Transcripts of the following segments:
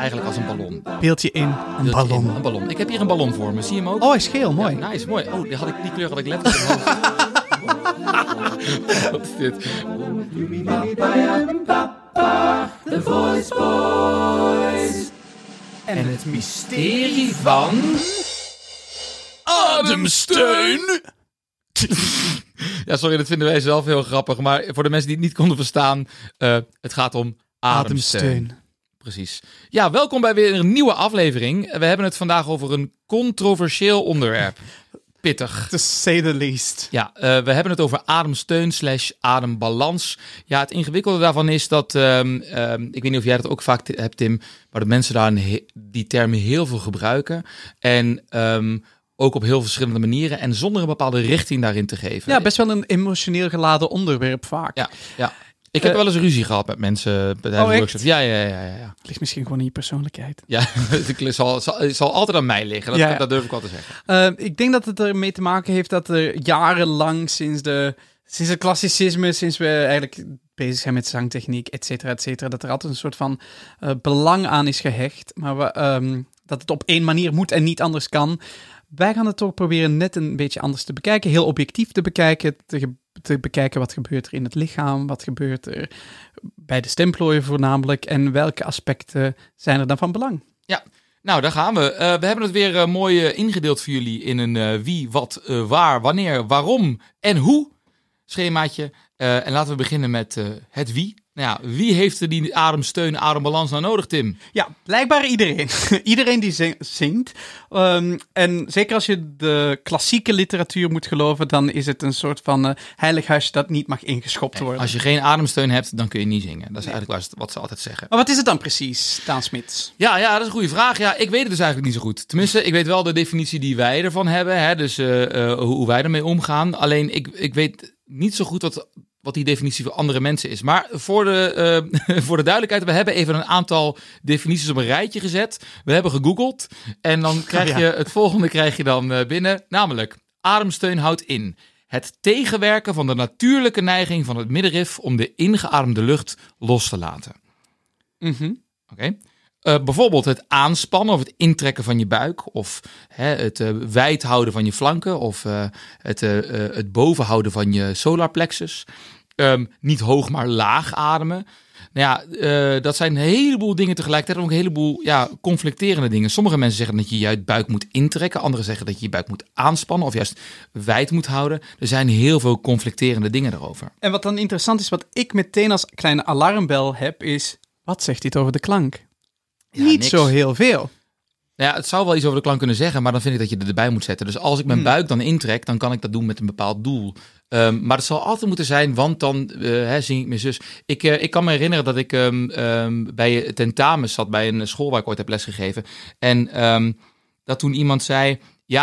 eigenlijk als een ballon. Beeld je in een ballon. Een ballon. Ik heb hier een ballon voor me. Zie je hem ook? Oh, hij is geel. Mooi. Ja, nice, mooi. Oh, die kleur had ik letterlijk in mijn hoofd. Wat is dit? The Voice Boys. En het mysterie van... Ademsteun! Ja, sorry, dat vinden wij zelf heel grappig. Maar voor de mensen die het niet konden verstaan, het gaat om ademsteun. Precies. Ja, welkom bij weer een nieuwe aflevering. We hebben het vandaag over een controversieel onderwerp. Pittig. To say the least. Ja, we hebben het over ademsteun / adembalans. Ja, het ingewikkelde daarvan is dat... ik weet niet of jij dat ook vaak hebt, Tim, maar dat mensen daar die termen heel veel gebruiken. En... ook op heel verschillende manieren en zonder een bepaalde richting daarin te geven. Ja, best wel een emotioneel geladen onderwerp vaak. Ja. Ik heb wel eens ruzie gehad met mensen bij de workshop. Ja. Het ligt misschien gewoon in je persoonlijkheid. Ja, het zal altijd aan mij liggen. Dat durf ik wel te zeggen. Ik denk dat het ermee te maken heeft dat er jarenlang sinds het klassicisme, sinds we eigenlijk bezig zijn met zangtechniek, et cetera, dat er altijd een soort van belang aan is gehecht. Maar dat het op één manier moet en niet anders kan. Wij gaan het toch proberen net een beetje anders te bekijken. Heel objectief te bekijken. Te bekijken wat gebeurt er in het lichaam. Wat gebeurt er bij de stemplooien voornamelijk. En welke aspecten zijn er dan van belang? Ja, nou daar gaan we. We hebben het weer mooi ingedeeld voor jullie in een wie, wat, waar, wanneer, waarom en hoe schemaatje. En laten we beginnen met het wie. Nou ja, wie heeft er die ademsteun, adembalans nou nodig, Tim? Ja, blijkbaar iedereen. Iedereen die zingt. En zeker als je de klassieke literatuur moet geloven, dan is het een soort van heilig huisje dat niet mag ingeschopt worden. Als je geen ademsteun hebt, dan kun je niet zingen. Dat is eigenlijk wat ze altijd zeggen. Maar wat is het dan precies, Daan Smits? Ja, dat is een goede vraag. Ja, ik weet het dus eigenlijk niet zo goed. Tenminste, ik weet wel de definitie die wij ervan hebben. Hè, dus hoe wij ermee omgaan. Alleen, ik weet niet zo goed wat die definitie voor andere mensen is. Maar voor de duidelijkheid, we hebben even een aantal definities op een rijtje gezet. We hebben gegoogeld en dan krijg je het volgende dan binnen. Namelijk, ademsteun houdt in het tegenwerken van de natuurlijke neiging van het middenrif om de ingeademde lucht los te laten. Oké. Bijvoorbeeld het aanspannen of het intrekken van je buik, of het wijd houden van je flanken, of het bovenhouden van je solarplexus. Niet hoog, maar laag ademen. Nou ja, dat zijn een heleboel dingen tegelijkertijd, ook een heleboel conflicterende dingen. Sommige mensen zeggen dat je je buik moet intrekken, anderen zeggen dat je je buik moet aanspannen of juist wijd moet houden. Er zijn heel veel conflicterende dingen daarover. En wat dan interessant is, wat ik meteen als kleine alarmbel heb, is, wat zegt dit over de klank? Ja, niet niks. zo heel veel. Nou ja, het zou wel iets over de klank kunnen zeggen, maar dan vind ik dat je erbij moet zetten. Dus als ik mijn buik dan intrek, dan kan ik dat doen met een bepaald doel. Maar het zal altijd moeten zijn, want dan zing ik mijn zus. Ik kan me herinneren dat ik bij tentamens zat bij een school waar ik ooit heb lesgegeven. En dat toen iemand zei,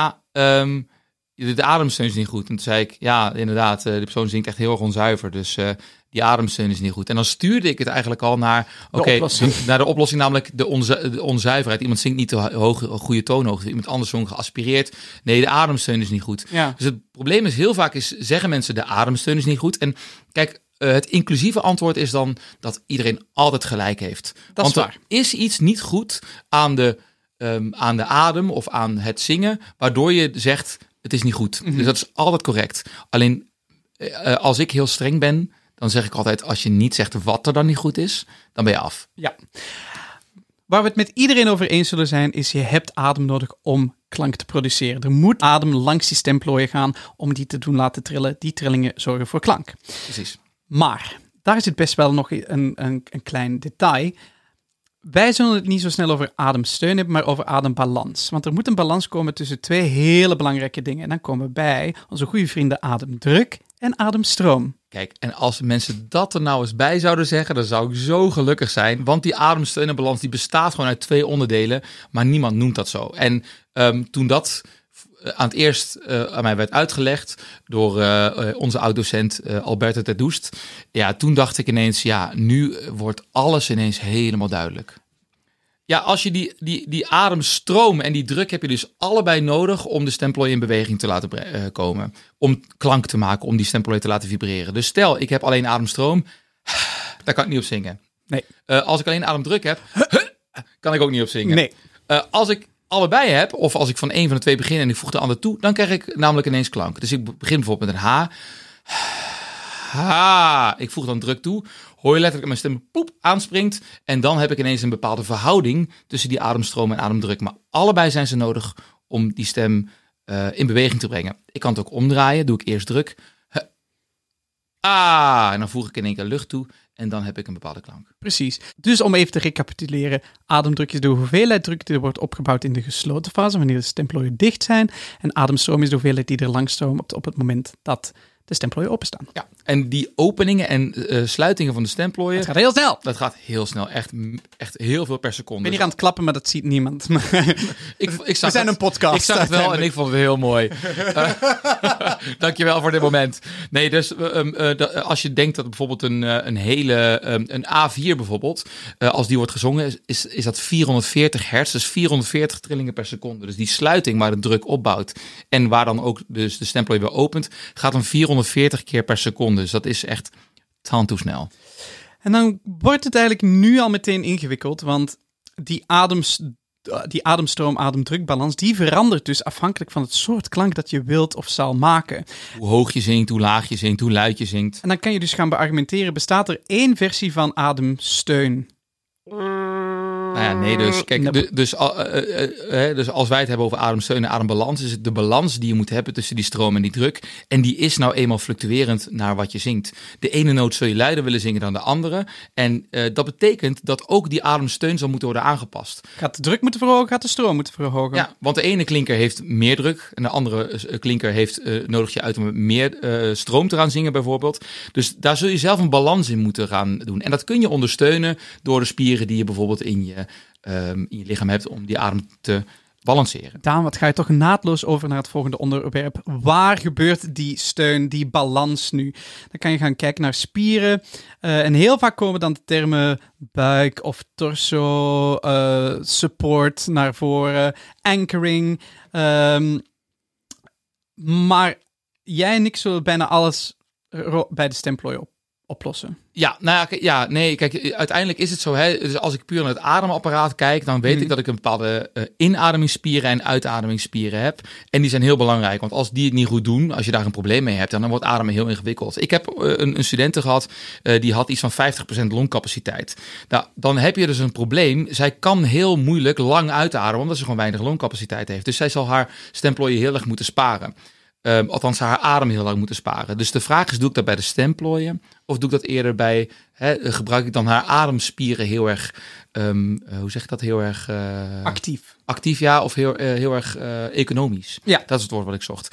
de ademsteun is niet goed. En toen zei ik, ja, inderdaad, de persoon zingt echt heel erg onzuiver. Dus die ademsteun is niet goed. En dan stuurde ik het eigenlijk al naar de oplossing, namelijk de onzuiverheid. Iemand zingt niet te hoog, goede toonhoogte. Iemand anders zong geaspireerd. Nee, de ademsteun is niet goed. Ja. Dus het probleem is, heel vaak zeggen mensen, de ademsteun is niet goed. En kijk, het inclusieve antwoord is dan dat iedereen altijd gelijk heeft. Dat is waar. Er is iets niet goed aan de adem of aan het zingen, waardoor je zegt, het is niet goed. Dus dat is altijd correct. Alleen, als ik heel streng ben, dan zeg ik altijd, als je niet zegt wat er dan niet goed is, dan ben je af. Ja. Waar we het met iedereen over eens zullen zijn, is je hebt adem nodig om klank te produceren. Er moet adem langs die stemplooien gaan om die te doen laten trillen. Die trillingen zorgen voor klank. Precies. Maar, daar zit best wel nog een klein detail. Wij zullen het niet zo snel over ademsteun hebben, maar over adembalans. Want er moet een balans komen tussen twee hele belangrijke dingen. En dan komen we bij onze goede vrienden ademdruk en ademstroom. Kijk, en als mensen dat er nou eens bij zouden zeggen, dan zou ik zo gelukkig zijn. Want die ademsteun en balans, die bestaat gewoon uit 2 onderdelen, maar niemand noemt dat zo. En toen dat aan het eerst aan mij werd uitgelegd door onze oud-docent Alberto Terdoest, ja, toen dacht ik ineens, ja, nu wordt alles ineens helemaal duidelijk. Ja, als je die ademstroom en die druk heb je dus allebei nodig om de stemplooien in beweging te laten komen. Om klank te maken, om die stemplooien te laten vibreren. Dus stel, ik heb alleen ademstroom, daar kan ik niet op zingen. Nee. Als ik alleen ademdruk heb, kan ik ook niet op zingen. Nee. Als ik allebei heb, of als ik van een van de twee begin en ik voeg de ander toe, dan krijg ik namelijk ineens klank. Dus ik begin bijvoorbeeld met een H. Ha. Ik voeg dan druk toe. Hoor je letterlijk dat mijn stem poep aanspringt. En dan heb ik ineens een bepaalde verhouding tussen die ademstroom en ademdruk. Maar allebei zijn ze nodig om die stem in beweging te brengen. Ik kan het ook omdraaien. Doe ik eerst druk. En dan voeg ik in één keer lucht toe. En dan heb ik een bepaalde klank. Precies. Dus om even te recapituleren. Ademdruk is de hoeveelheid druk die er wordt opgebouwd in de gesloten fase, wanneer de stemplooien dicht zijn. En ademstroom is de hoeveelheid die er langs stroomt op het moment dat de stemplooien openstaan. Ja, en die openingen en sluitingen van de stemplooien... Het gaat heel snel. Dat gaat heel snel. Echt heel veel per seconde. Ik ben hier aan het klappen, maar dat ziet niemand. Ik zag We zijn een podcast. Ik zag het wel en ik vond het heel mooi. Dankjewel voor dit moment. Nee, dus als je denkt dat bijvoorbeeld een hele... een A4 bijvoorbeeld, als die wordt gezongen, is dat 440 hertz. Dus 440 trillingen per seconde. Dus die sluiting waar de druk opbouwt en waar dan ook dus de stemplooi weer opent, gaat dan 440 keer per seconde. Dus dat is echt tandtoesnel. En dan wordt het eigenlijk nu al meteen ingewikkeld, want die ademstroom-ademdrukbalans, die verandert dus afhankelijk van het soort klank dat je wilt of zal maken. Hoe hoog je zingt, hoe laag je zingt, hoe luid je zingt. En dan kan je dus gaan beargumenteren, bestaat er één versie van ademsteun? Nou ja, nee, dus kijk, dus als wij het hebben over ademsteun en adembalans, is het de balans die je moet hebben tussen die stroom en die druk. En die is nou eenmaal fluctuerend naar wat je zingt. De ene noot zul je luider willen zingen dan de andere. En dat betekent dat ook die ademsteun zal moeten worden aangepast. Gaat de druk moeten verhogen, gaat de stroom moeten verhogen? Ja, want de ene klinker heeft meer druk en de andere klinker heeft nodig je uit om meer stroom te gaan zingen bijvoorbeeld. Dus daar zul je zelf een balans in moeten gaan doen. En dat kun je ondersteunen door de spieren die je bijvoorbeeld in je lichaam hebt om die adem te balanceren. Daan, wat ga je toch naadloos over naar het volgende onderwerp. Waar gebeurt die steun, die balans nu? Dan kan je gaan kijken naar spieren. En heel vaak komen dan de termen buik of torso, support naar voren, anchoring. Maar jij en ik zullen bijna alles bij de stemplooi oplossen. Ja, nou ja, nee, kijk, uiteindelijk is het zo, hè, dus als ik puur naar het ademapparaat kijk, dan weet ik dat ik een bepaalde inademingsspieren en uitademingsspieren heb. En die zijn heel belangrijk, want als die het niet goed doen, als je daar een probleem mee hebt, dan wordt ademen heel ingewikkeld. Ik heb een studente gehad, die had iets van 50% longcapaciteit. Nou, dan heb je dus een probleem. Zij kan heel moeilijk lang uitademen, omdat ze gewoon weinig longcapaciteit heeft. Dus zij zal haar stemplooien heel erg moeten sparen. Althans, haar adem heel lang moeten sparen. Dus de vraag is, doe ik dat bij de stemplooien? Of doe ik dat eerder bij, gebruik ik dan haar ademspieren heel erg, hoe zeg ik dat, heel erg... Actief. Actief, ja, of heel erg economisch. Ja. Dat is het woord wat ik zocht.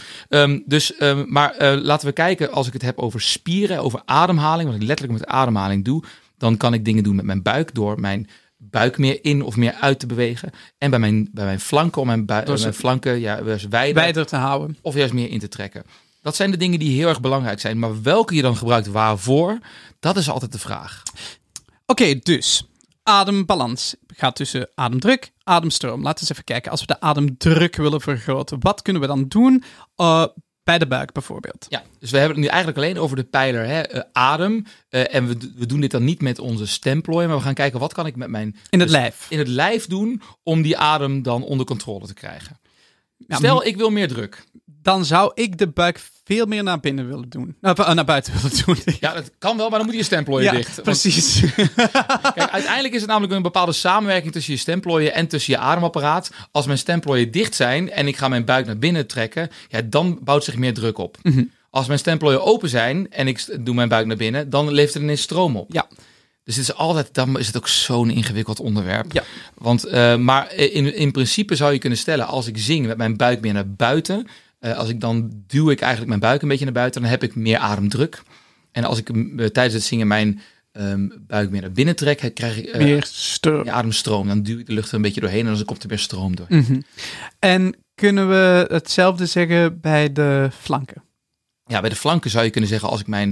Maar laten we kijken, als ik het heb over spieren, over ademhaling, wat ik letterlijk met ademhaling doe, dan kan ik dingen doen met mijn buik door mijn buik meer in of meer uit te bewegen. En bij mijn flanken, om mijn flanken wijder te houden. Of juist meer in te trekken. Dat zijn de dingen die heel erg belangrijk zijn. Maar welke je dan gebruikt waarvoor, dat is altijd de vraag. Oké, dus adembalans gaat tussen ademdruk, ademstroom. Laten we eens even kijken. Als we de ademdruk willen vergroten, wat kunnen we dan doen? Bij de buik bijvoorbeeld. Ja, dus we hebben het nu eigenlijk alleen over de pijler adem. En we doen dit dan niet met onze stemplooien, maar we gaan kijken wat kan ik met mijn... In het lijf doen om die adem dan onder controle te krijgen. Ja, stel, ik wil meer druk. Dan zou ik de buik veel meer naar binnen willen doen. Naar buiten willen doen. Ja, dat kan wel, maar dan moet je stemplooien dicht. Precies. Kijk, uiteindelijk is het namelijk een bepaalde samenwerking tussen je stemplooien en tussen je ademapparaat. Als mijn stemplooien dicht zijn en ik ga mijn buik naar binnen trekken, ja, dan bouwt zich meer druk op. Mm-hmm. Als mijn stemplooien open zijn en ik doe mijn buik naar binnen, dan levert er ineens stroom op. Ja. Dus dan is het ook zo'n ingewikkeld onderwerp. Ja. Want, maar in principe zou je kunnen stellen, als ik zing met mijn buik meer naar buiten, dan duw ik eigenlijk mijn buik een beetje naar buiten, dan heb ik meer ademdruk. En als ik tijdens het zingen mijn buik meer naar binnen trek, krijg ik meer ademstroom. Dan duw ik de lucht er een beetje doorheen en dan komt er weer stroom door. Mm-hmm. En kunnen we hetzelfde zeggen bij de flanken? Ja, bij de flanken zou je kunnen zeggen, als ik mijn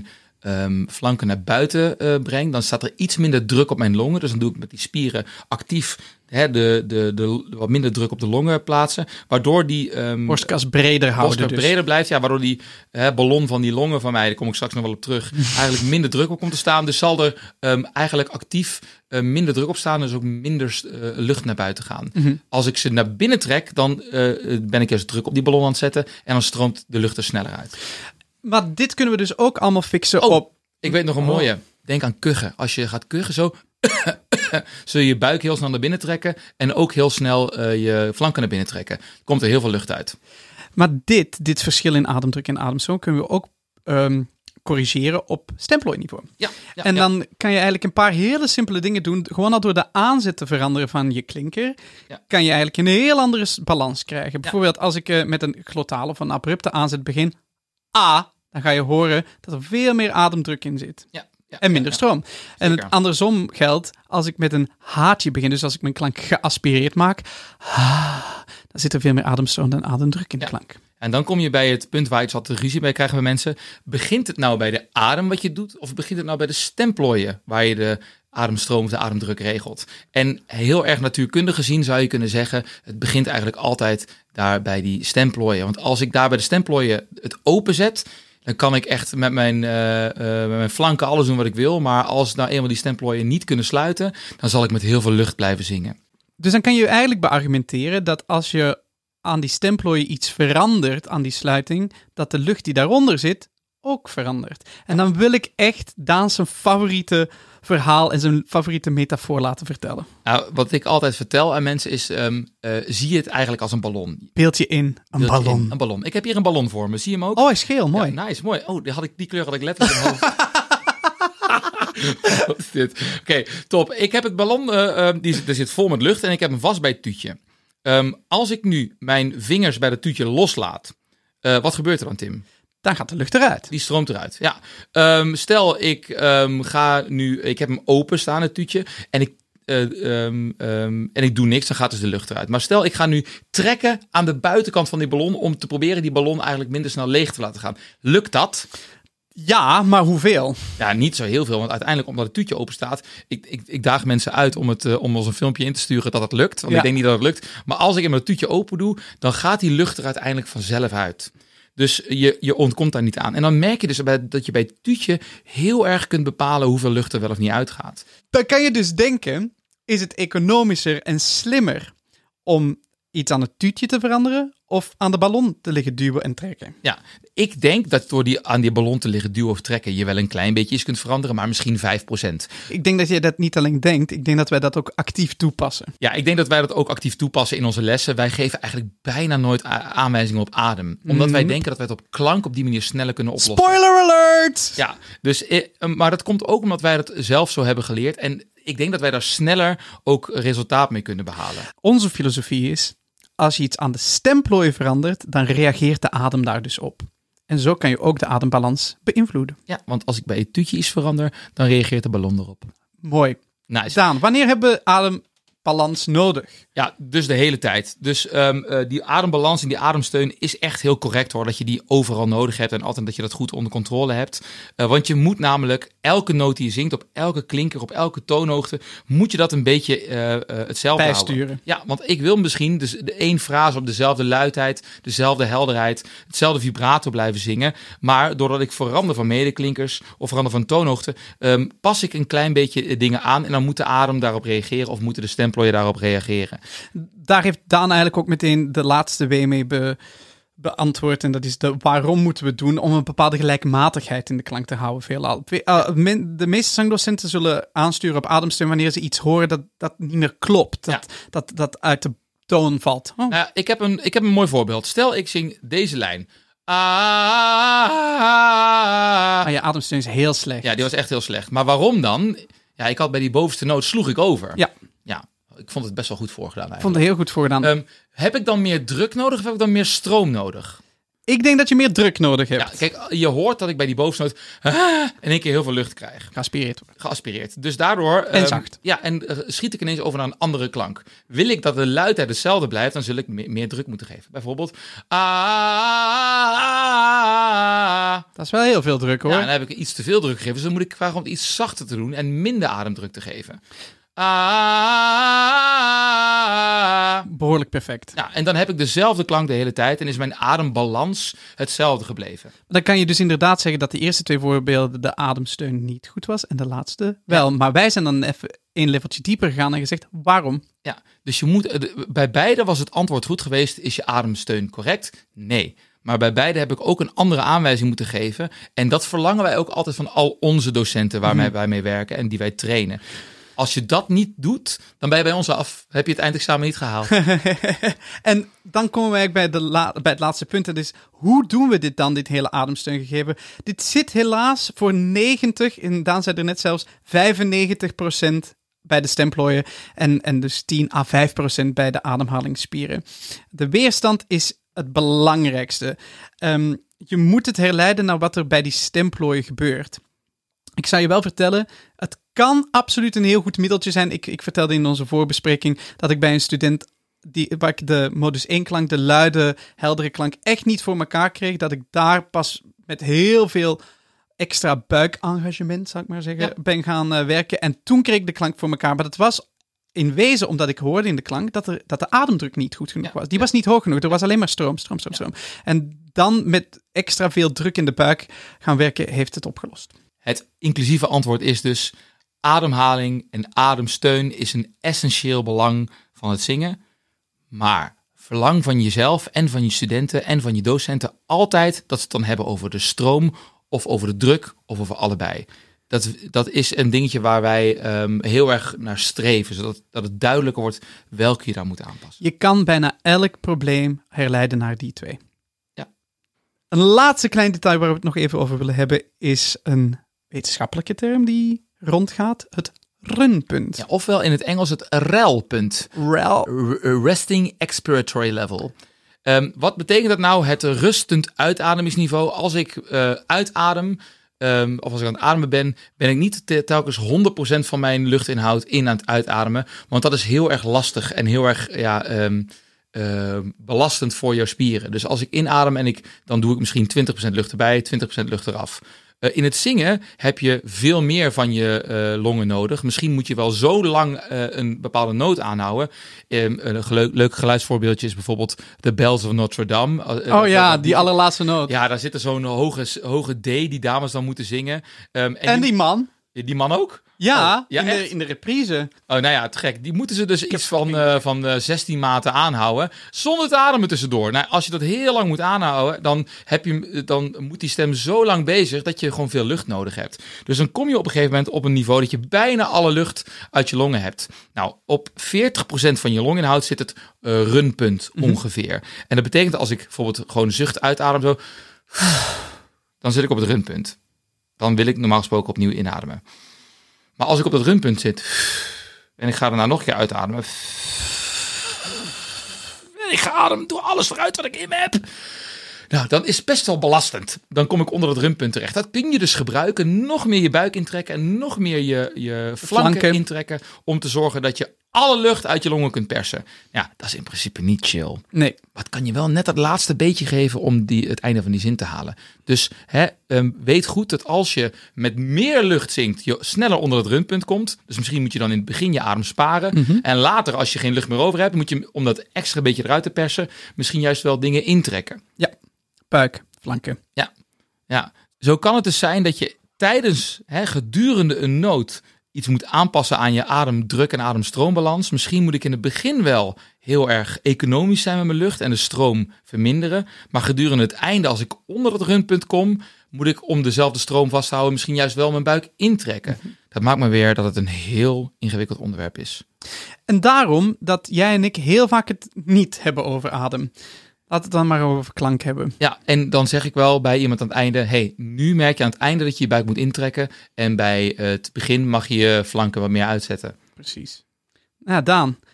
flanken naar buiten breng, dan staat er iets minder druk op mijn longen. Dus dan doe ik met die spieren actief de wat minder druk op de longen plaatsen. Waardoor die borstkas breder houden. Breder blijft, ja, waardoor die ballon van die longen van mij, daar kom ik straks nog wel op terug, eigenlijk minder druk op komt te staan. Dus zal er eigenlijk actief minder druk op staan, dus ook minder lucht naar buiten gaan. Mm-hmm. Als ik ze naar binnen trek, dan ben ik juist druk op die ballon aan het zetten en dan stroomt de lucht er sneller uit. Maar dit kunnen we dus ook allemaal fixen op... Ik weet nog een mooie. Denk aan kuchen. Als je gaat kuchen zo, zul je je buik heel snel naar binnen trekken en ook heel snel je flanken naar binnen trekken. Komt er heel veel lucht uit. Maar dit verschil in ademdruk en ademstoom kunnen we ook corrigeren op stemplooiniveau. Ja, en dan kan je eigenlijk een paar hele simpele dingen doen. Gewoon al door de aanzet te veranderen van je klinker, kan je eigenlijk een heel andere balans krijgen. Bijvoorbeeld als ik met een glottale of een abrupte aanzet begin, dan ga je horen dat er veel meer ademdruk in zit. En minder stroom. En het andersom geldt als ik met een haatje begin. Dus als ik mijn klank geaspireerd maak, dan zit er veel meer ademstroom dan ademdruk in de klank. En dan kom je bij het punt waar je het altijd ruzie bij krijgen bij mensen. Begint het nou bij de adem wat je doet? Of begint het nou bij de stemplooien waar je de ademstroom of de ademdruk regelt? En heel erg natuurkundig gezien zou je kunnen zeggen, het begint eigenlijk altijd daar bij die stemplooien. Want als ik daar bij de stemplooien het openzet, dan kan ik echt met mijn flanken alles doen wat ik wil. Maar als nou eenmaal die stemplooien niet kunnen sluiten, dan zal ik met heel veel lucht blijven zingen. Dus dan kan je eigenlijk beargumenteren dat als je aan die stemplooien iets verandert, aan die sluiting, dat de lucht die daaronder zit ook verandert. En dan wil ik echt Daan zijn favoriete verhaal en zijn favoriete metafoor laten vertellen. Nou, wat ik altijd vertel aan mensen is, zie het eigenlijk als een ballon. Beeld je in een ballon. Een ballon. Ik heb hier een ballon voor me. Zie je hem ook? Oh, hij is geel. Mooi. Ja, nice, mooi. Oh, die kleur had ik letterlijk in mijn hoofd. Wat is dit? Oké, top. Ik heb het ballon, er zit vol met lucht en ik heb hem vast bij het tuutje. Als ik nu mijn vingers bij het tuutje loslaat, wat gebeurt er dan, Tim? Dan gaat de lucht eruit. Die stroomt eruit, ja. Stel, ik heb hem open staan, het tuutje, en ik doe niks, dan gaat dus de lucht eruit. Maar stel, ik ga nu trekken aan de buitenkant van die ballon om te proberen die ballon eigenlijk minder snel leeg te laten gaan. Lukt dat? Ja, maar hoeveel? Ja, niet zo heel veel, want uiteindelijk omdat het tuutje open staat, ik daag mensen uit om ons een filmpje in te sturen dat het lukt, want ik denk niet dat het lukt. Maar als ik hem het tuutje open doe, dan gaat die lucht er uiteindelijk vanzelf uit. Dus je ontkomt daar niet aan. En dan merk je dus dat je bij het tuutje heel erg kunt bepalen hoeveel lucht er wel of niet uitgaat. Dan kan je dus denken, is het economischer en slimmer om iets aan het tuutje te veranderen of aan de ballon te liggen duwen en trekken? Ja, ik denk dat door aan die ballon te liggen duwen of trekken je wel een klein beetje iets kunt veranderen, maar misschien 5%. Ik denk dat je dat niet alleen denkt, ik denk dat wij dat ook actief toepassen. Ja, ik denk dat wij dat ook actief toepassen in onze lessen. Wij geven eigenlijk bijna nooit aanwijzingen op adem, omdat wij denken dat wij het op klank op die manier sneller kunnen oplossen. Spoiler alert! Ja, dus, maar dat komt ook omdat wij dat zelf zo hebben geleerd en ik denk dat wij daar sneller ook resultaat mee kunnen behalen. Onze filosofie is, als je iets aan de stemplooien verandert, dan reageert de adem daar dus op. En zo kan je ook de adembalans beïnvloeden. Ja, want als ik bij het tuutje iets verander, dan reageert de ballon erop. Mooi. Nice. Daan, wanneer hebben we adembalans nodig? Ja, dus de hele tijd. Dus die adembalans en die ademsteun is echt heel correct hoor. Dat je die overal nodig hebt en altijd dat je dat goed onder controle hebt. Want je moet namelijk elke noot die je zingt, op elke klinker, op elke toonhoogte, moet je dat een beetje hetzelfde bijsturen houden. Ja, want ik wil misschien dus de één frase op dezelfde luidheid, dezelfde helderheid, hetzelfde vibrato blijven zingen. Maar doordat ik verander van medeklinkers of verander van toonhoogte, pas ik een klein beetje dingen aan en dan moet de adem daarop reageren of moeten de stemplooien daarop reageren. Daar heeft Daan eigenlijk ook meteen de laatste W mee beantwoord. En dat is waarom moeten we het doen om een bepaalde gelijkmatigheid in de klank te houden. Veelal. De meeste zangdocenten zullen aansturen op ademsteun wanneer ze iets horen dat niet meer klopt. Dat uit de toon valt. Oh. Nou ja, ik heb een mooi voorbeeld. Stel, ik zing deze lijn. Maar je ademsteun is heel slecht. Ja, die was echt heel slecht. Maar waarom dan? Ja, ik had bij die bovenste noot sloeg ik over. Ja. Ik vond het best wel goed voorgedaan Ik vond het heel goed voorgedaan. Heb ik dan meer druk nodig of heb ik dan meer stroom nodig? Ik denk dat je meer druk nodig hebt. Ja, kijk, je hoort dat ik bij die bovenste noot in één keer heel veel lucht krijg. Geaspireerd. Dus daardoor... En zacht. Ja, en schiet ik ineens over naar een andere klank. Wil ik dat de luidheid hetzelfde blijft, dan zul ik meer druk moeten geven. Bijvoorbeeld... Dat is wel heel veel druk, hoor. Ja, dan heb ik iets te veel druk gegeven. Dus dan moet ik vragen om het iets zachter te doen en minder ademdruk te geven. Behoorlijk perfect. Ja, en dan heb ik dezelfde klank de hele tijd en is mijn adembalans hetzelfde gebleven. Dan kan je dus inderdaad zeggen dat de eerste 2 voorbeelden de ademsteun niet goed was en de laatste wel. Ja. Maar wij zijn dan even een leveltje dieper gegaan en gezegd, waarom? Ja, dus je moet, bij beide was het antwoord goed geweest. Is je ademsteun correct? Nee. Maar bij beide heb ik ook een andere aanwijzing moeten geven. En dat verlangen wij ook altijd van al onze docenten waarmee wij mee werken en die wij trainen. Als je dat niet doet, dan ben je bij ons af. Heb je het eindexamen niet gehaald. En dan komen we eigenlijk bij het laatste punt. En dus, hoe doen we dit dan, dit hele ademsteungegeven? Dit zit helaas voor 90, en Daan zei er net zelfs 95% bij de stemplooien. En dus 10 à 5% bij de ademhalingsspieren. De weerstand is het belangrijkste. Je moet het herleiden naar wat er bij die stemplooien gebeurt. Ik zou je wel vertellen, het kan absoluut een heel goed middeltje zijn. Ik vertelde in onze voorbespreking dat ik bij een student waar ik de modus 1 klank, de luide, heldere klank, echt niet voor elkaar kreeg. Dat ik daar pas met heel veel extra buikengagement, zou ik maar zeggen, ben gaan werken. En toen kreeg ik de klank voor elkaar. Maar dat was in wezen omdat ik hoorde in de klank dat de ademdruk niet goed genoeg was. Die was niet hoog genoeg. Er was alleen maar stroom. En dan met extra veel druk in de buik gaan werken, heeft het opgelost. Het inclusieve antwoord is dus: ademhaling en ademsteun is een essentieel belang van het zingen. Maar verlang van jezelf en van je studenten en van je docenten altijd dat ze het dan hebben over de stroom of over de druk of over allebei. Dat is een dingetje waar wij heel erg naar streven, zodat het duidelijker wordt welke je daar moet aanpassen. Je kan bijna elk probleem herleiden naar die 2. Ja. Een laatste klein detail waar we het nog even over willen hebben is een wetenschappelijke term die rondgaat, het RUN-punt. Ja, ofwel in het Engels het REL-punt. Resting Expiratory Level. Wat betekent dat nou, het rustend uitademingsniveau? Als ik uitadem, of als ik aan het ademen ben ik niet telkens 100% van mijn luchtinhoud aan het uitademen. Want dat is heel erg lastig en heel erg belastend voor jouw spieren. Dus als ik inadem dan doe ik misschien 20% lucht erbij, 20% lucht eraf. In het zingen heb je veel meer van je longen nodig. Misschien moet je wel zo lang een bepaalde noot aanhouden. Een leuk geluidsvoorbeeldje is bijvoorbeeld The Bells of Notre Dame. Die allerlaatste noot. Ja, daar zit er zo'n hoge D die dames dan moeten zingen. En die man? Die man ook? Ja, in de reprise. Oh, nou ja, te gek. Die moeten ze dus iets van 16 maten aanhouden, zonder te ademen tussendoor. Nou, als je dat heel lang moet aanhouden, dan moet die stem zo lang bezig dat je gewoon veel lucht nodig hebt. Dus dan kom je op een gegeven moment op een niveau dat je bijna alle lucht uit je longen hebt. Nou, op 40% van je longinhoud zit het runpunt ongeveer. En dat betekent als ik bijvoorbeeld gewoon zucht uitadem zo, dan zit ik op het runpunt. Dan wil ik normaal gesproken opnieuw inademen. Maar als ik op dat runpunt zit en ik ga daarna nog een keer uitademen. En ik ga ademen, doe alles eruit wat ik in me heb. Nou, dan is het best wel belastend. Dan kom ik onder het runpunt terecht. Dat kun je dus gebruiken. Nog meer je buik intrekken en nog meer je flanken intrekken. Om te zorgen dat je alle lucht uit je longen kunt persen. Ja, dat is in principe niet chill. Nee. Maar het kan je wel net dat laatste beetje geven om het einde van die zin te halen. Dus weet goed dat als je met meer lucht zingt, je sneller onder het runpunt komt. Dus misschien moet je dan in het begin je adem sparen. Mm-hmm. En later, als je geen lucht meer over hebt, moet je, om dat extra beetje eruit te persen, misschien juist wel dingen intrekken. Ja, buik, flanken. Ja. Zo kan het dus zijn dat je gedurende een noot iets moet aanpassen aan je ademdruk en ademstroombalans. Misschien moet ik in het begin wel heel erg economisch zijn met mijn lucht en de stroom verminderen. Maar gedurende het einde, als ik onder het runpunt kom, moet ik om dezelfde stroom vasthouden misschien juist wel mijn buik intrekken. Mm-hmm. Dat maakt me weer dat het een heel ingewikkeld onderwerp is. En daarom dat jij en ik heel vaak het niet hebben over adem. Laat het dan maar over klank hebben. Ja, en dan zeg ik wel bij iemand aan het einde, nu merk je aan het einde dat je je buik moet intrekken. En bij het begin mag je je flanken wat meer uitzetten. Precies. Nou, Daan,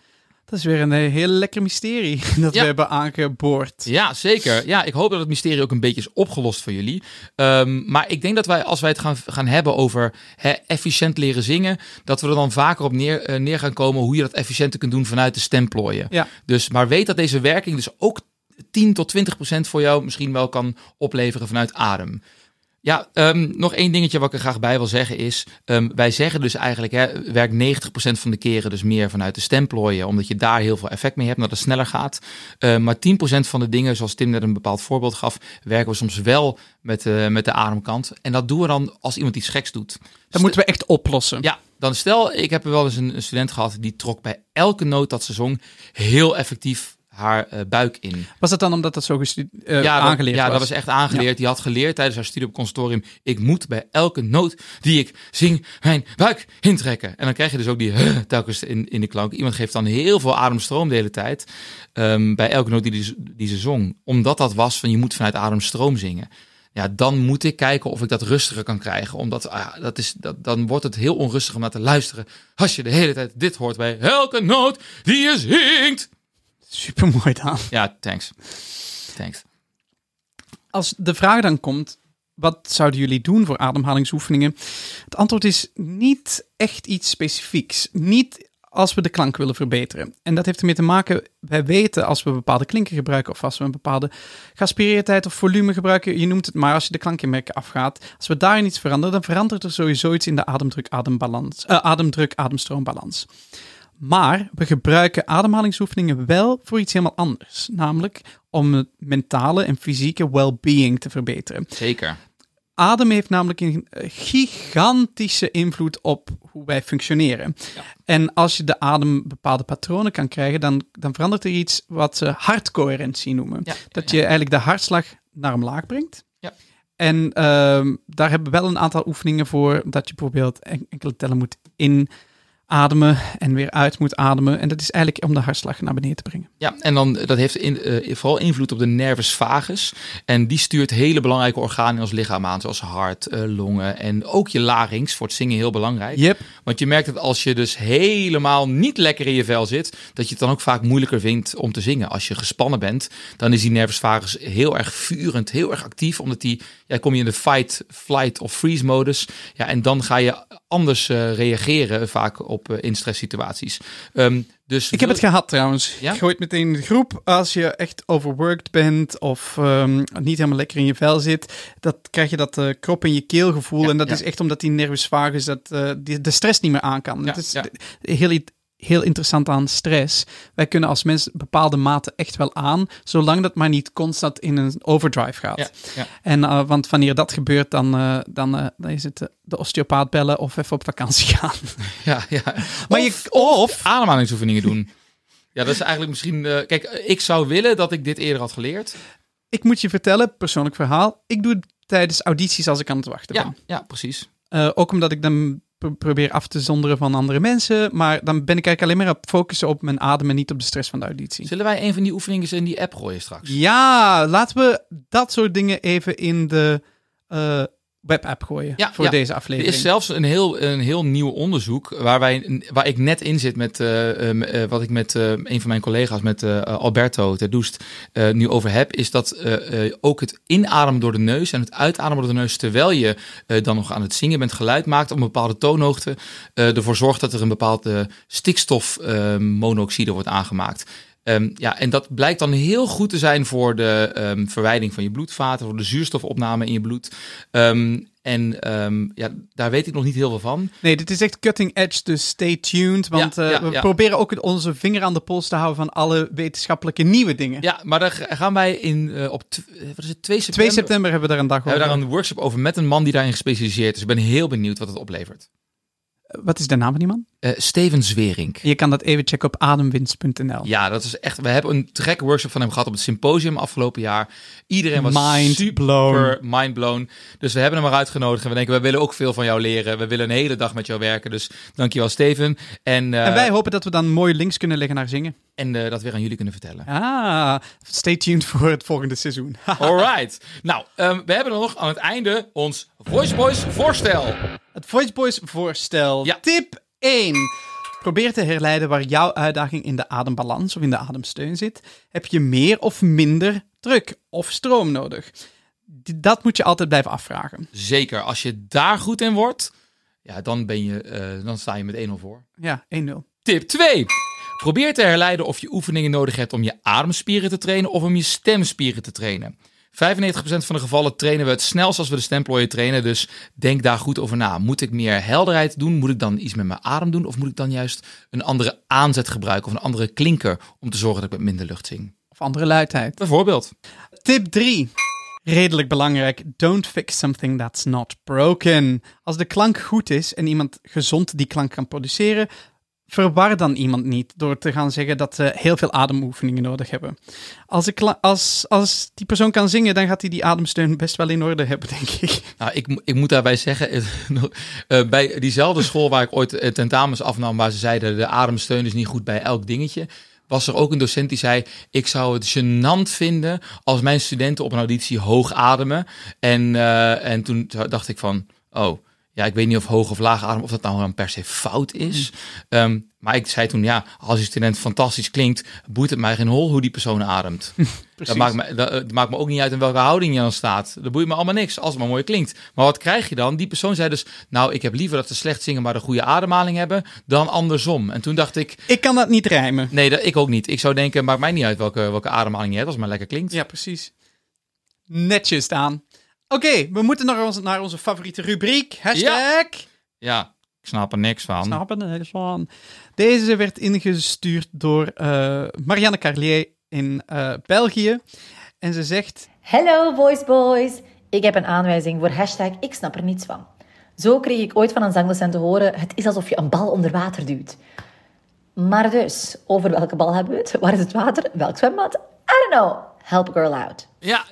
Dat is weer een heel lekker mysterie dat we hebben aangeboord. Ja, zeker. Ja, ik hoop dat het mysterie ook een beetje is opgelost voor jullie. Maar ik denk dat wij, als wij het gaan hebben over efficiënt leren zingen, dat we er dan vaker op neer gaan komen hoe je dat efficiënter kunt doen vanuit de stemplooien. Ja. Dus, maar weet dat deze werking dus ook 10 tot 20% voor jou misschien wel kan opleveren vanuit adem. Ja, nog één dingetje wat ik er graag bij wil zeggen is, wij zeggen dus eigenlijk, werk 90% van de keren dus meer vanuit de stemplooien, omdat je daar heel veel effect mee hebt, dat het sneller gaat. Maar 10% van de dingen, zoals Tim net een bepaald voorbeeld gaf, werken we soms wel met de ademkant. En dat doen we dan als iemand iets geks doet. Dat moeten we echt oplossen. Ja, dan stel, ik heb wel eens een student gehad, die trok bij elke noot dat ze zong heel effectief haar buik in. Was dat dan omdat dat zo aangeleerd was? Ja, dat was echt aangeleerd. Ja. Die had geleerd tijdens haar studie op het conservatorium, ik moet bij elke noot die ik zing mijn buik intrekken. En dan krijg je dus ook die telkens in de klank. Iemand geeft dan heel veel ademstroom de hele tijd bij elke noot die ze zong. Omdat dat was van je moet vanuit ademstroom zingen. Ja, dan moet ik kijken of ik dat rustiger kan krijgen. Omdat dan wordt het heel onrustig om naar te luisteren. Als je de hele tijd dit hoort bij elke noot die je zingt. Supermooi dan. Ja, thanks. Als de vraag dan komt, wat zouden jullie doen voor ademhalingsoefeningen? Het antwoord is niet echt iets specifieks. Niet als we de klank willen verbeteren. En dat heeft ermee te maken, wij weten als we bepaalde klinken gebruiken of als we een bepaalde geaspireerdheid of volume gebruiken, je noemt het maar, als je de klankkenmerken afgaat, als we daarin iets veranderen, dan verandert er sowieso iets in de ademdruk-ademstroombalans. Maar we gebruiken ademhalingsoefeningen wel voor iets helemaal anders. Namelijk om het mentale en fysieke well-being te verbeteren. Zeker. Adem heeft namelijk een gigantische invloed op hoe wij functioneren. Ja. En als je de adem bepaalde patronen kan krijgen, dan verandert er iets wat ze hartcoherentie noemen. Ja. Dat je eigenlijk de hartslag naar omlaag brengt. Ja. En daar hebben we wel een aantal oefeningen voor, dat je bijvoorbeeld enkele tellen moet inademen en weer uit moet ademen. En dat is eigenlijk om de hartslag naar beneden te brengen. Ja, en dan dat heeft vooral invloed op de nervus vagus. En die stuurt hele belangrijke organen in ons lichaam aan, zoals hart, longen en ook je larynx, voor het zingen heel belangrijk. Yep. Want je merkt dat als je dus helemaal niet lekker in je vel zit, dat je het dan ook vaak moeilijker vindt om te zingen. Als je gespannen bent, dan is die nervus vagus heel erg vurend, heel erg actief, omdat kom je in de fight, flight of freeze modus. Ja, en dan ga je anders reageren vaak in stresssituaties. Dus ik heb het gehad trouwens. Ja? Ik gooi het meteen in de groep. Als je echt overworked bent of niet helemaal lekker in je vel zit, dan krijg je dat krop in je keel gevoel. Ja, en dat is echt omdat die nervus vagus de stress niet meer aan kan. Ja, het is heel interessant aan stress. Wij kunnen als mensen bepaalde mate echt wel aan, zolang dat maar niet constant in een overdrive gaat. Ja, ja. En want wanneer dat gebeurt, dan is het de osteopaat bellen of even op vakantie gaan. Ja. Maar of ademhalingsoefeningen doen. Ja, dat is eigenlijk misschien... kijk, ik zou willen dat ik dit eerder had geleerd. Ik moet je vertellen, persoonlijk verhaal, ik doe het tijdens audities als ik aan het wachten ben. Ja, precies. Ook omdat ik dan probeer af te zonderen van andere mensen, maar dan ben ik eigenlijk alleen maar op focussen op mijn adem en niet op de stress van de auditie. Zullen wij een van die oefeningen in die app gooien straks? Ja, laten we dat soort dingen even in de webapp gooien voor deze aflevering. Er is zelfs een heel nieuw onderzoek waar ik net in zit met wat ik met een van mijn collega's, met Alberto Terdoest, nu over heb, is dat ook het inademen door de neus en het uitademen door de neus terwijl je dan nog aan het zingen bent, geluid maakt op een bepaalde toonhoogte, ervoor zorgt dat er een bepaalde stikstofmonoxide wordt aangemaakt. En dat blijkt dan heel goed te zijn voor de verwijding van je bloedvaten, voor de zuurstofopname in je bloed. Daar weet ik nog niet heel veel van. Nee, dit is echt cutting edge, dus stay tuned. Want we proberen ook onze vinger aan de pols te houden van alle wetenschappelijke nieuwe dingen. Ja, maar daar gaan wij op 2 september... 2 september hebben we daar een dag over. Hebben we daar een workshop over met een man die daarin gespecialiseerd is. Ik ben heel benieuwd wat het oplevert. Wat is de naam van die man? Steven Zwerink. Je kan dat even checken op ademwinst.nl. Ja, dat is echt... We hebben een te gekke workshop van hem gehad op het symposium afgelopen jaar. Iedereen was super mindblown. Dus we hebben hem eruit genodigd. En we denken, we willen ook veel van jou leren. We willen een hele dag met jou werken. Dus dankjewel, Steven. En wij hopen dat we dan mooie links kunnen leggen naar zingen. En dat weer aan jullie kunnen vertellen. Stay tuned voor het volgende seizoen. Alright. Nou, we hebben nog aan het einde ons Voice Boys voorstel. Het Voice Boys voorstel. Ja. Tip 1. Probeer te herleiden waar jouw uitdaging in de adembalans of in de ademsteun zit. Heb je meer of minder druk of stroom nodig? Dat moet je altijd blijven afvragen. Zeker, als je daar goed in wordt, ja, dan sta je met 1-0 voor. Ja, 1-0. Tip 2. Probeer te herleiden of je oefeningen nodig hebt om je ademspieren te trainen of om je stemspieren te trainen. 95% van de gevallen trainen we het snelst als we de stemplooien trainen, dus denk daar goed over na. Moet ik meer helderheid doen? Moet ik dan iets met mijn adem doen? Of moet ik dan juist een andere aanzet gebruiken of een andere klinker om te zorgen dat ik met minder lucht zing? Of andere luidheid. Bijvoorbeeld. Tip 3. Redelijk belangrijk. Don't fix something that's not broken. Als de klank goed is en iemand gezond die klank kan produceren, verwar dan iemand niet door te gaan zeggen dat ze heel veel ademoefeningen nodig hebben. Als die persoon kan zingen, dan gaat hij die ademsteun best wel in orde hebben, denk ik. Nou, ik moet daarbij zeggen, bij diezelfde school waar ik ooit tentamens afnam, waar ze zeiden de ademsteun is niet goed bij elk dingetje, was er ook een docent die zei, ik zou het gênant vinden als mijn studenten op een auditie hoog ademen. En toen dacht ik van, ja, ik weet niet of hoog of laag adem, of dat nou dan per se fout is. Maar ik zei toen, ja, als je student fantastisch klinkt, boeit het mij geen hol hoe die persoon ademt. Dat maakt me ook niet uit in welke houding je dan staat. Dat boeit me allemaal niks, als het maar mooi klinkt. Maar wat krijg je dan? Die persoon zei dus, nou, ik heb liever dat ze slecht zingen, maar de goede ademhaling hebben, dan andersom. En toen dacht ik, ik kan dat niet rijmen. Nee, ik ook niet. Ik zou denken, maakt mij niet uit welke ademhaling je hebt, als het maar lekker klinkt. Ja, precies. Netjes staan. Oké, we moeten naar onze favoriete rubriek. Hashtag. Ja, ik snap er niks van. Deze werd ingestuurd door Marianne Carlier in België. En ze zegt... Hello Voice Boys. Ik heb een aanwijzing voor hashtag ik snap er niets van. Zo kreeg ik ooit van een zangdocent te horen, het is alsof je een bal onder water duwt. Maar dus, over welke bal hebben we het? Waar is het water? Welk zwembad? I don't know. Help a girl out.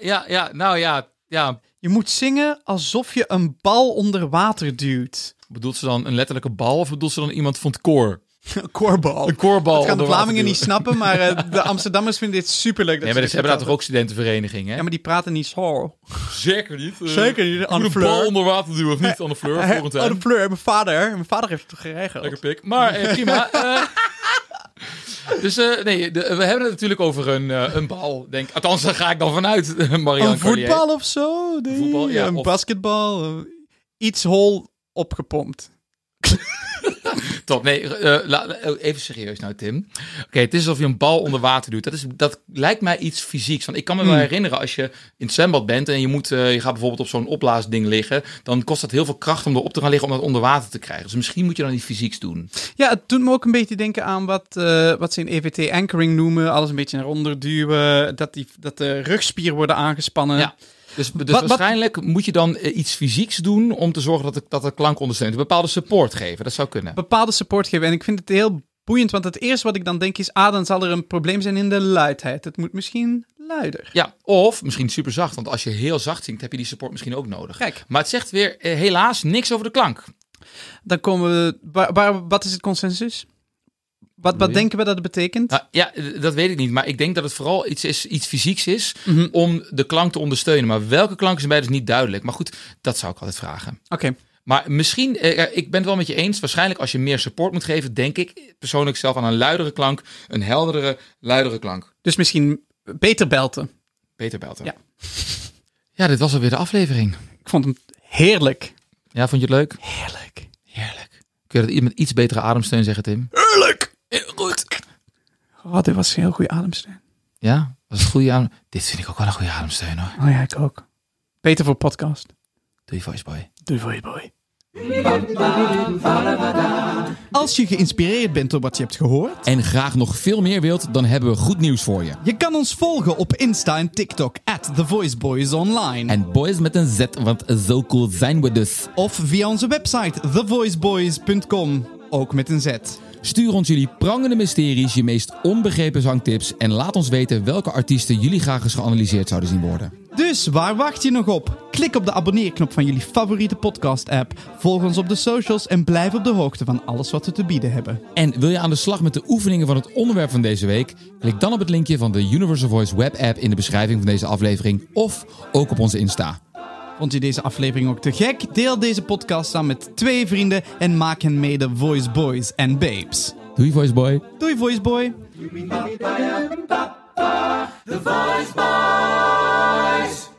Ja. Je moet zingen alsof je een bal onder water duwt. Bedoelt ze dan een letterlijke bal of bedoelt ze dan iemand van het koor? Een koorbal. Een koorbal. Dat gaan de Vlamingen niet snappen, maar de Amsterdammers vinden dit superleuk. Nee, maar ze hebben daar toch ook studentenverenigingen, hè? Ja, maar die praten niet zo. Zeker niet. Zeker niet. Aan de bal onder water duwen of niet aan de fleur? Aan de fleur. Mijn vader heeft het toch geregeld. Lekker pik. Maar prima. Dus we hebben het natuurlijk over een bal, denk. Althans, daar ga ik dan vanuit, Marianne Een voetbal Carlier. of zo? Nee, Voetbal, ja, een basketbal. Iets hol opgepompt. Top. Nee, even serieus nou, Tim. Oké, het is alsof je een bal onder water doet. Dat lijkt mij iets fysieks. Want ik kan me wel herinneren, als je in het zwembad bent en je gaat bijvoorbeeld op zo'n opblaasding liggen, dan kost dat heel veel kracht om erop te gaan liggen om dat onder water te krijgen. Dus misschien moet je dan iets fysieks doen. Ja, het doet me ook een beetje denken aan wat ze in EVT anchoring noemen. Alles een beetje naar onder duwen. Dat de rugspieren worden aangespannen. Ja. Dus waarschijnlijk moet je dan iets fysieks doen om te zorgen dat de klank ondersteunt. Een bepaalde support geven, dat zou kunnen. Bepaalde support geven. En ik vind het heel boeiend, want het eerste wat ik dan denk is, dan zal er een probleem zijn in de luidheid. Het moet misschien luider. Ja, of misschien super zacht, want als je heel zacht zingt, heb je die support misschien ook nodig. Kijk. Maar het zegt weer helaas niks over de klank. Dan komen we... Wat is het consensus? Wat denken we dat het betekent? Nou, ja, dat weet ik niet. Maar ik denk dat het vooral iets fysieks is om de klank te ondersteunen. Maar welke klank is bij dus niet duidelijk. Maar goed, dat zou ik altijd vragen. Oké. Maar misschien, ik ben het wel met je eens. Waarschijnlijk als je meer support moet geven, denk ik persoonlijk zelf aan een luidere klank. Een heldere, luidere klank. Dus misschien beter belten. Beter belten. Ja. Ja, dit was alweer de aflevering. Ik vond hem heerlijk. Ja, vond je het leuk? Heerlijk. Kun je dat met iets betere ademsteun zeggen, Tim? Heerlijk! Heel goed. Oh, dit was een heel goede ademsteun. Ja, was het goede adem? Dit vind ik ook wel een goede ademsteun, hoor. Oh ja, ik ook. Beter voor podcast. Doei, Voice Boy. Doei, Voice Boy. Als je geïnspireerd bent door wat je hebt gehoord en graag nog veel meer wilt, dan hebben we goed nieuws voor je. Je kan ons volgen op Insta en TikTok @TheVoiceBoysOnline. En boys met een Z, want zo cool zijn we dus. Of via onze website thevoiceboys.com, ook met een Z. Stuur ons jullie prangende mysteries, je meest onbegrepen zangtips en laat ons weten welke artiesten jullie graag eens geanalyseerd zouden zien worden. Dus waar wacht je nog op? Klik op de abonneerknop van jullie favoriete podcast-app, volg ons op de socials en blijf op de hoogte van alles wat we te bieden hebben. En wil je aan de slag met de oefeningen van het onderwerp van deze week? Klik dan op het linkje van de Universal Voice web app in de beschrijving van deze aflevering of ook op onze Insta. Vond je deze aflevering ook te gek? Deel deze podcast dan met 2 vrienden en maak hen mee de Voice Boys en Babes. Doei Voice Boy. Doei Voice Boy. The Voice Boys.